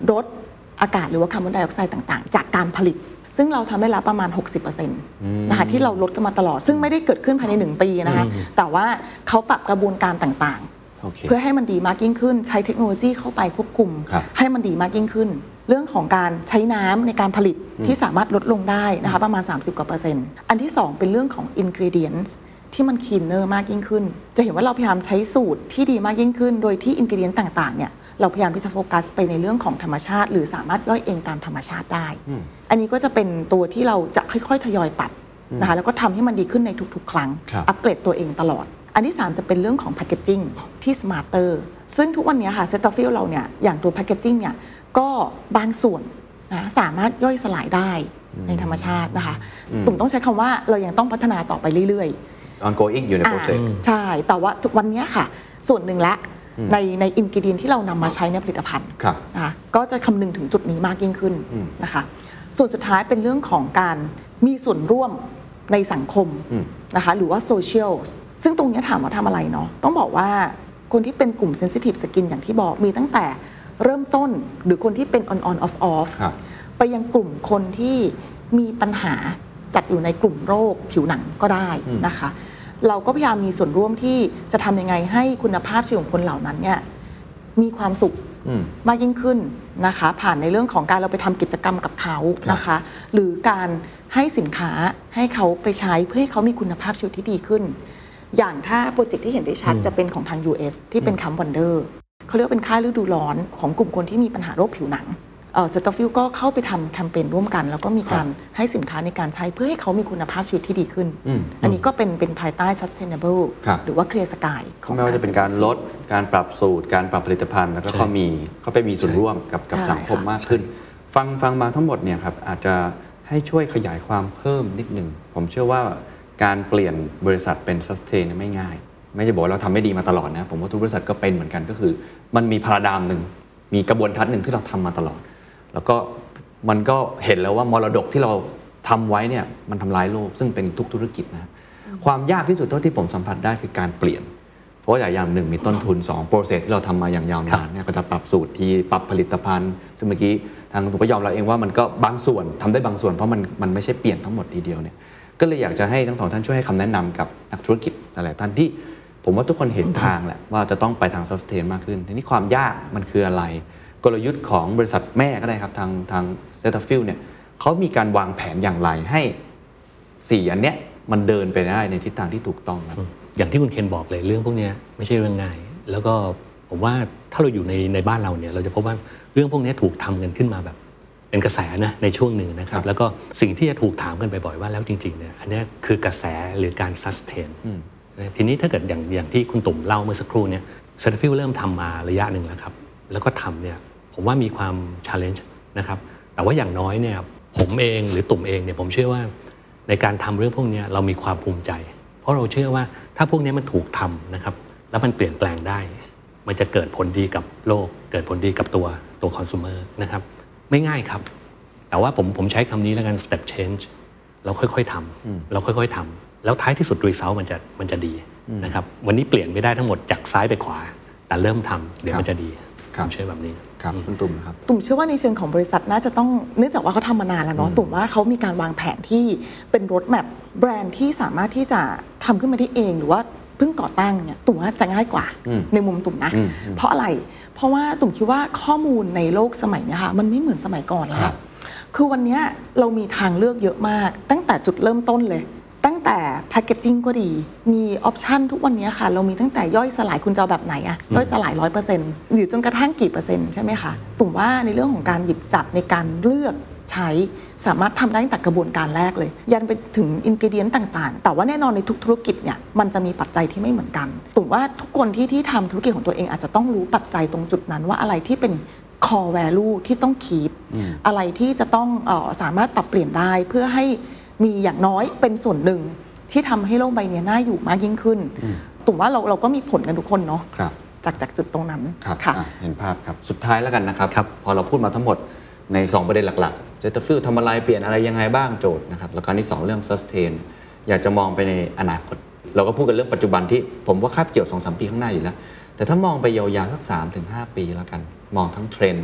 ลดอากาศหรือว่าคาร์บอนไดออกไซด์ต่างๆจากการผลิตซึ่งเราทำได้แล้วประมาณ หกสิบเปอร์เซ็นต์ นะคะที่เราลดกันมาตลอดซึ่งไม่ได้เกิดขึ้นภายในหนึ่งปีนะคะแต่ว่าเขาปรับกระบวนการต่างๆเพื่อให้มันดีมากยิ่งขึ้นใช้เทคโนโลยีเข้าไปควบคุมให้มันดีมากยิ่งขึ้นเรื่องของการใช้น้ำในการผลิตที่สามารถลดลงได้นะคะประมาณสามสิบกว่าเปอร์เซ็นต์อันที่สองเป็นเรื่องของ ingredients ที่มัน cleaner มากยิ่งขึ้นจะเห็นว่าเราพยายามใช้สูตรที่ดีมากยิ่งขึ้นโดยที่ ingredient ต่างๆเนี่ยเราพยายามที่จะโฟกัสไปในเรื่องของธรรมชาติหรือสามารถย่อยเองตามธรรมชาติได้อันนี้ก็จะเป็นตัวที่เราจะค่อยๆทยอยปรับนะคะแล้วก็ทำให้มันดีขึ้นในทุกๆครั้งอัปเกรดตัวเองตลอดอันที่สามจะเป็นเรื่องของ packaging ที่ smarter ซึ่งทุกวันนี้ค่ะ Cetaphil เราเนี่ยอย่างตัว packaging เนี่ยก็บางส่วนนะสามารถย่อยสลายได้ในธรรมชาตินะคะตุ่มต้องใช้คำว่าเรายังต้องพัฒนาต่อไปเรื่อยๆ ongoing อยู่ใน process ใช่แต่ว่าทุกวันนี้ค่ะส่วนหนึ่งละในในอินกิเดียนที่เรานำมาใช้ในผลิตภัณฑ์นะคะก็จะคำนึงถึงจุดนี้มากยิ่งขึ้นนะคะส่วนสุดท้ายเป็นเรื่องของการมีส่วนร่วมในสังคมนะคะหรือว่าโซเชียลซึ่งตรงนี้ถามว่าทำอะไรเนาะต้องบอกว่าคนที่เป็นกลุ่ม sensitive skin อย่างที่บอกมีตั้งแต่เริ่มต้นหรือคนที่เป็น on on off off ไปยังกลุ่มคนที่มีปัญหาจัดอยู่ในกลุ่มโรคผิวหนังก็ได้นะคะเราก็พยายามมีส่วนร่วมที่จะทำยังไงให้คุณภาพชีวิตของคนเหล่านั้นเนี่ยมีความสุขมากยิ่งขึ้นนะคะผ่านในเรื่องของการเราไปทำกิจกรรมกับเขานะคะหรือการให้สินค้าให้เขาไปใช้เพื่อให้เขามีคุณภาพชีวิตที่ดีขึ้นอย่างถ้าโปรเจกต์ที่เห็นได้ชัดจะเป็นของทาง ยู เอส ที่เป็นคัมวันเดอร์เขาเรียกเป็นค่ายฤดูร้อนของกลุ่มคนที่มีปัญหาโรคผิวหนังเอ่อ Cetaphil ก็เข้าไปทำแคมเปญร่วมกันแล้วก็มีการให้สินค้าในการใช้เพื่อให้เขามีคุณภาพชีวิตที่ดีขึ้น อ, อันนี้ก็เป็นเป็นภายใต้ sustainable หรือว่า Clear Sky ของไม่ว่าจะเป็นการลดการปรับสูตรการปรับผลิตภัณฑ์แล้วก็เขามีเขาไปมีส่วนร่วมกับกับสังคมมากขึ้นฟังฟังมาทั้งหมดเนี่ยครับอาจจะให้ช่วยขยายความเพิ่มนิดนึงผมเชื่อว่าการเปลี่ยนบริษัทเป็น sustain ไม่ง่ายไม่จะบอกว่าเราทำไม่ดีมาตลอดนะผมว่าทุกบริษัทก็เป็นเหมือนกันก็คือมันมีพาราไดม์นึงมีกระบวนทัศน์หนึ่งที่เราทำมาตลอดแล้วก็มันก็เห็นแล้วว่ามรดกที่เราทำไว้เนี่ยมันทำลายโลกซึ่งเป็นทุกธุรกิจนะความยากที่สุดเท่าที่ผมสัมผัสได้คือการเปลี่ยนเพราะอย่างหนึ่งมีต้นทุนสองโปรเซสที่เราทำมาอย่างยาวนานเนี่ยก็จะปรับสูตรที่ปรับผลิตภัณฑ์ซึ่งเมื่อกี้ทางผมก็ยอมรับเองว่ามันก็บางส่วนทำได้บางส่วนเพราะมันมันไม่ใช่เปลี่ยนทั้งหมดทีเดียวเนี่ยก็เลยอยากจะให้ทั้งสองท่านช่วยให้คำแนะนำกับนักธุรกิจหลายท่านที่ผมว่าทุกคนเห็นทางแหละว่าจะต้องไปทาง sustain มากขึ้นทีนี้ความยากมันคืออะไรกลยุทธ์ของบริษัทแม่ก็ได้ครับทางทาง Cetaphil เนี่ยเขามีการวางแผนอย่างไรให้สี่อันเนี้ยมันเดินไปได้ในทิศทางที่ถูกต้องครับอย่างที่คุณเคนบอกเลยเรื่องพวกนี้ไม่ใช่เรื่องง่ายแล้วก็ผมว่าถ้าเราอยู่ในในบ้านเราเนี่ยเราจะพบว่าเรื่องพวกนี้ถูกทำกันขึ้นมาแบบเป็นกระแสนะในช่วงหนึ่งนะครับแล้วก็สิ่งที่จะถูกถามกันบ่อยๆว่าแล้วจริงๆเนี่ยอันนี้คือกระแสหรือการ sustain ทีนี้ถ้าเกิดอย่างอย่างที่คุณตุ่มเล่าเมื่อสักครู่เนี่ย Cetaphil เริ่มทำมาระยะหนึ่งแล้วครับแล้วก็ทำเนี่ยผมว่ามีความ challenge นะครับแต่ว่าอย่างน้อยเนี่ยผมเองหรือตุ่มเองเนี่ยผมเชื่อว่าในการทำเรื่องพวกนี้เรามีความภูมิใจเพราะเราเชื่อว่าถ้าพวกนี้มันถูกทำนะครับแล้วมันเปลี่ยนแปลงได้มันจะเกิดผลดีกับโลกเกิดผลดีกับตัวตัว consumer นะครับไม่ง่ายครับแต่ว่าผมผมใช้คำนี้แล้วกัน step change เราค่อยๆทำเราค่อยๆทำแล้วท้ายที่สุด result มันจะมันจะดีนะครับวันนี้เปลี่ยนไม่ได้ทั้งหมดจากซ้ายไปขวาแต่เริ่มทำเดี๋ยวมันจะดีผมเชื่อแบบนี้ครับคุณตุ่มนะครับตุ่มเชื่อว่าในเชิงของบริษัทน่าจะต้องเนื่องจากว่าเขาทำมานานแล้วเนาะตุ่มว่าเขามีการวางแผนที่เป็นรถแมพแบรนด์ที่สามารถที่จะทำขึ้นมาได้เองหรือว่าเพิ่งก่อตั้งเนี่ยตุ่มว่าจะง่ายกว่าในมุมตุ่มนะเพราะอะไรเพราะว่าตุ่มคิดว่าข้อมูลในโลกสมัยนี้ค่ะมันไม่เหมือนสมัยก่อนแล้วคือวันนี้เรามีทางเลือกเยอะมากตั้งแต่จุดเริ่มต้นเลยตั้งแต่แพคเกจจิ้งก็ดีมีออปชันทุกวันนี้ค่ะเรามีตั้งแต่ย่อยสลายคุณจะเอาแบบไหนอะย่อยสลาย ร้อยเปอร์เซ็นต์ หรือจนกระทั่งกี่เปอร์เซ็นต์ใช่ไหมคะตุ่มว่าในเรื่องของการหยิบจับในการเลือกใช้สามารถทำได้ตั้งแต่กระบวนการแรกเลยยันไปถึงอินกิเดียนต่างๆแต่ว่าแน่นอนในทุกธุรกิจเนี่ยมันจะมีปัจจัยที่ไม่เหมือนกันตุ่มว่าทุกคนที่ที่ทำธุรกิจของตัวเองอาจจะต้องรู้ปัจจัยตรงจุดนั้นว่าอะไรที่เป็น core value ที่ต้อง keep อะไรที่จะต้องเอ่อสามารถปรับเปลี่ยนได้เพื่อให้มีอย่างน้อยเป็นส่วนหนึ่งที่ทำให้โลกใบนี้น่าอยู่มากยิ่งขึ้นตุ่มว่าเราเราก็มีผลกันทุกคนเนาะจากจากจุดตรงนั้นค่ะเห็นภาพครับสุดท้ายแล้วกันนะครับพอเราพูดมาทั้งหมดในสองประเด็นหลักๆ Cetaphil ทำอะไรเปลี่ยนอะไรยังไงบ้างโจทย์นะครับแล้วก็ที่สองเรื่อง sustain อยากจะมองไปในอนาคตเราก็พูดกันเรื่องปัจจุบันที่ผมว่าคาบเกี่ยว สองถึงสาม ปีข้างหน้าอยู่แล้วแต่ถ้ามองไปยาวๆสัก สามถึงห้า ปีแล้วกันมองทั้งเทรนด์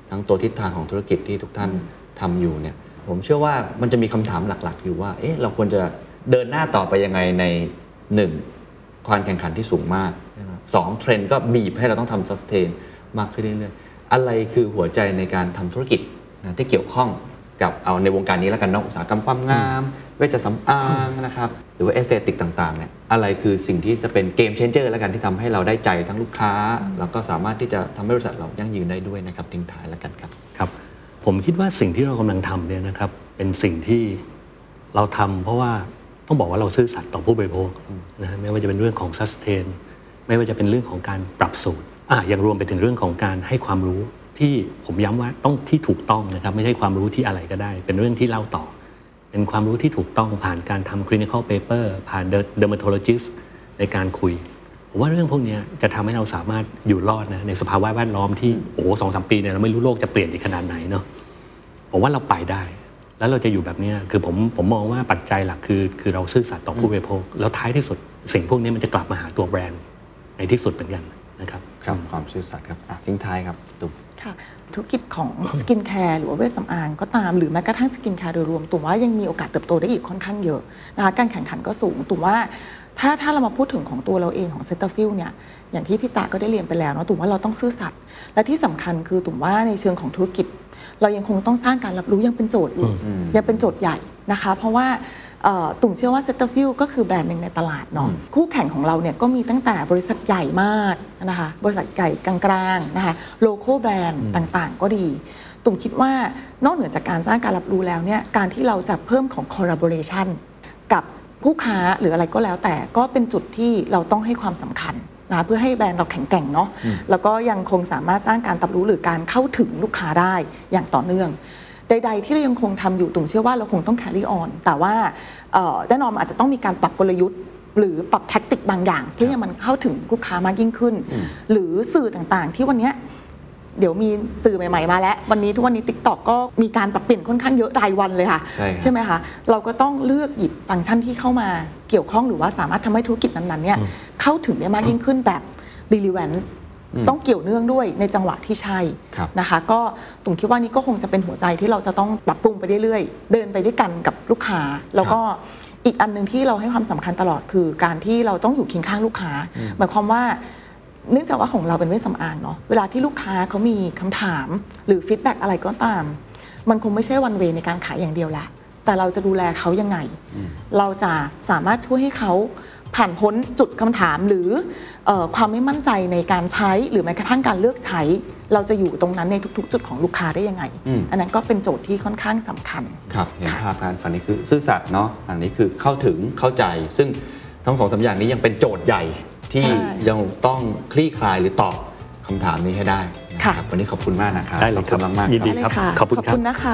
ทั้งตัวทิศทางของธุรกิจที่ทุกท่านทำอยู่เนี่ยผมเชื่อว่ามันจะมีคำถามหลักๆอยู่ว่าเอ๊ะเราควรจะเดินหน้าต่อไปยังไงในหนึ่งความแข่งขันที่สูงมากสองเทรนด์ก็บีบให้เราต้องทำซัสเทนมากขึ้นเรื่อยๆอะไรคือหัวใจในการทำธุรกิจนะที่เกี่ยวข้องกับเอาในวงการนี้แล้วกันเนาะอุตสาหกรรมความงามเวชสำอางนะครับหรือว่าเอสเตติกต่างๆเนี่ยอะไรคือสิ่งที่จะเป็นเกมเชนเจอร์แล้วกันที่ทำให้เราได้ใจทั้งลูกค้าแล้วก็สามารถที่จะทำให้บริษัทเรายั่งยืนได้ด้วยนะครับทิ้งท้ายแล้วกันครับครับผมคิดว่าสิ่งที่เรากำลังทำเนี่ยนะครับเป็นสิ่งที่เราทำเพราะว่าต้องบอกว่าเราซื่อสัตย์ต่อผู้บริโภคนะฮะไม่ว่าจะเป็นเรื่องของ sustain ไม่ว่าจะเป็นเรื่องของการปรับสูตรอ่ะยังรวมไปถึงเรื่องของการให้ความรู้ที่ผมย้ำว่าต้องที่ถูกต้องนะครับไม่ใช่ความรู้ที่อะไรก็ได้เป็นเรื่องที่เล่าต่อเป็นความรู้ที่ถูกต้องผ่านการทำ clinical paper ผ่าน dermatologist ในการคุยผมว่าเรื่องพวกนี้จะทำให้เราสามารถอยู่รอดนะในสภาวะแวดล้อมที่โอ้โหสองสามปีเนี่ยเราไม่รู้โลกจะเปลี่ยนอีกขนาดไหนเนาะผมว่าเราไปได้แล้วเราจะอยู่แบบนี้คือผมผมมองว่าปัจจัยหลักคือคือเราซื่อสัตย์ต่อผู้บริโภคแล้วท้ายที่สุดสิ่งพวกนี้มันจะกลับมาหาตัวแบรนด์ในที่สุดเหมือนกันนะครับครับความซื่อสัตย์ครับทิ้งท้ายครับตุ๊กค่ะธุรกิจของสกินแคร์หรือว่าเวชสำอางก็ตามหรือแม้กระทั่งสกินแคร์โดยรวมตัวว่ายังมีโอกาสเติบโตได้อีกค่อนข้างเยอะนะคะการแข่งขันก็สูงตัวว่าถ้าถ้าเรามาพูดถึงของตัวเราเองของเซตาฟิลเนี่ยอย่างที่พี่ตาก็ได้เรียนไปแล้วเนาะตุ่มว่าเราต้องซื่อสัตย์และที่สำคัญคือตุ่มว่าในเชิงของธุรกิจเรายังคงต้องสร้างการรับรู้ยังเป็นโจทย์อยู่ยังเป็นโจทย์ใหญ่นะคะเพราะว่าตุ่มเชื่อว่าเซตาฟิลก็คือแบรนด์หนึ่งในตลาดเนาะคู่แข่งของเราเนี่ยก็มีตั้งแต่บริษัทใหญ่มากนะคะบริษัทใหญ่กลางๆนะคะโลโก้แบรนด์ต่างๆก็ดีตุ่มคิดว่านอกเหนือจากการสร้างการรับรู้แล้วเนี่ยการที่เราจะเพิ่มของ collaboration กับผู้ค้าหรืออะไรก็แล้วแต่ก็เป็นจุดที่เราต้องให้ความสำคัญนะเพื่อให้แบรนด์เราแข็งแกร่งเนาะแล้วก็ยังคงสามารถสร้างการรับรู้หรือการเข้าถึงลูกค้าได้อย่างต่อเนื่องใดๆที่เรายังคงทำอยู่ตุ่มเชื่อว่าเราคงต้อง carry on แต่ว่าแน่นอนอาจจะต้องมีการปรับกลยุทธ์หรือปรับแท็กติกบางอย่างเพื่อให้มันเข้าถึงลูกค้ามากยิ่งขึ้นหรือสื่อต่างๆที่วันนี้เดี๋ยวมีสื่อใหม่ๆมาแล้ววันนี้ทุกวันนี้ TikTok ก็มีการปรับเปลี่ยนค่อนข้างเยอะรายวันเลยค่ะใช่ไหมคะเราก็ต้องเลือกหยิบฟังก์ชันที่เข้ามาเกี่ยวข้องหรือว่าสามารถทำให้ธุรกิจนั้นๆเนี่ยเข้าถึงได้มากยิ่งขึ้นแบบ relevant ต้องเกี่ยวเนื่องด้วยในจังหวะที่ใช่นะคะก็ตุ่มคิดว่านี้ก็คงจะเป็นหัวใจที่เราจะต้องปรับปรุงไปเรื่อยๆเดินไปด้วยกันกับลูกค้าแล้วก็อีกอันนึงที่เราให้ความสำคัญตลอดคือการที่เราต้องอยู่เคียงข้างลูกค้าหมายความว่าเนื่องจากว่าของเราเป็นเวชสำอางเนาะเวลาที่ลูกค้าเขามีคำถามหรือฟีดแบ็กอะไรก็ตามมันคงไม่ใช่วันเวในการขายอย่างเดียวละแต่เราจะดูแลเขายังไงเราจะสามารถช่วยให้เขาผ่านพ้นจุดคำถามหรือเอ่อความไม่มั่นใจในการใช้หรือแม้กระทั่งการเลือกใช้เราจะอยู่ตรงนั้นในทุกๆจุดของลูกค้าได้ยังไง อ, อันนั้นก็เป็นโจทย์ที่ค่อนข้างสำคัญครับเห็นภาพการฝันนี้คือซื่อสัตย์เนาะอันนี้คือเข้าถึงเข้าใจซึ่งทั้งสองสามอย่างนี้ยังเป็นโจทย์ใหญ่ที่ยังต้องคลี่คลายหรือตอบคำถามนี้ให้ได้นะครับวันนี้ขอบคุณมากนะครับได้เลยครับมากๆยินดีครับขอบคุณนะคะ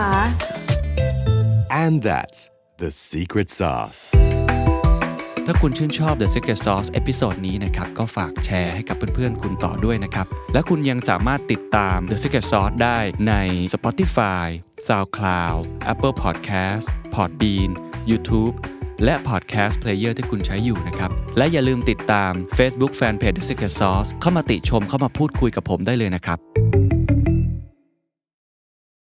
And that's the secret sauce ถ้าคุณชื่นชอบ The Secret Sauce เอพิโซดนี้นะครับก็ฝากแชร์ให้กับเพื่อนๆคุณต่อด้วยนะครับและคุณยังสามารถติดตาม The Secret Sauce ได้ใน Spotify, SoundCloud, Apple Podcast, Podbean, YouTube และ Podcast Player ที่คุณใช้อยู่นะครับและอย่าลืมติดตาม Facebook Fanpage The Secret Sauce เข้ามาติชมเข้ามาพูดคุยกับผมได้เลยนะครับ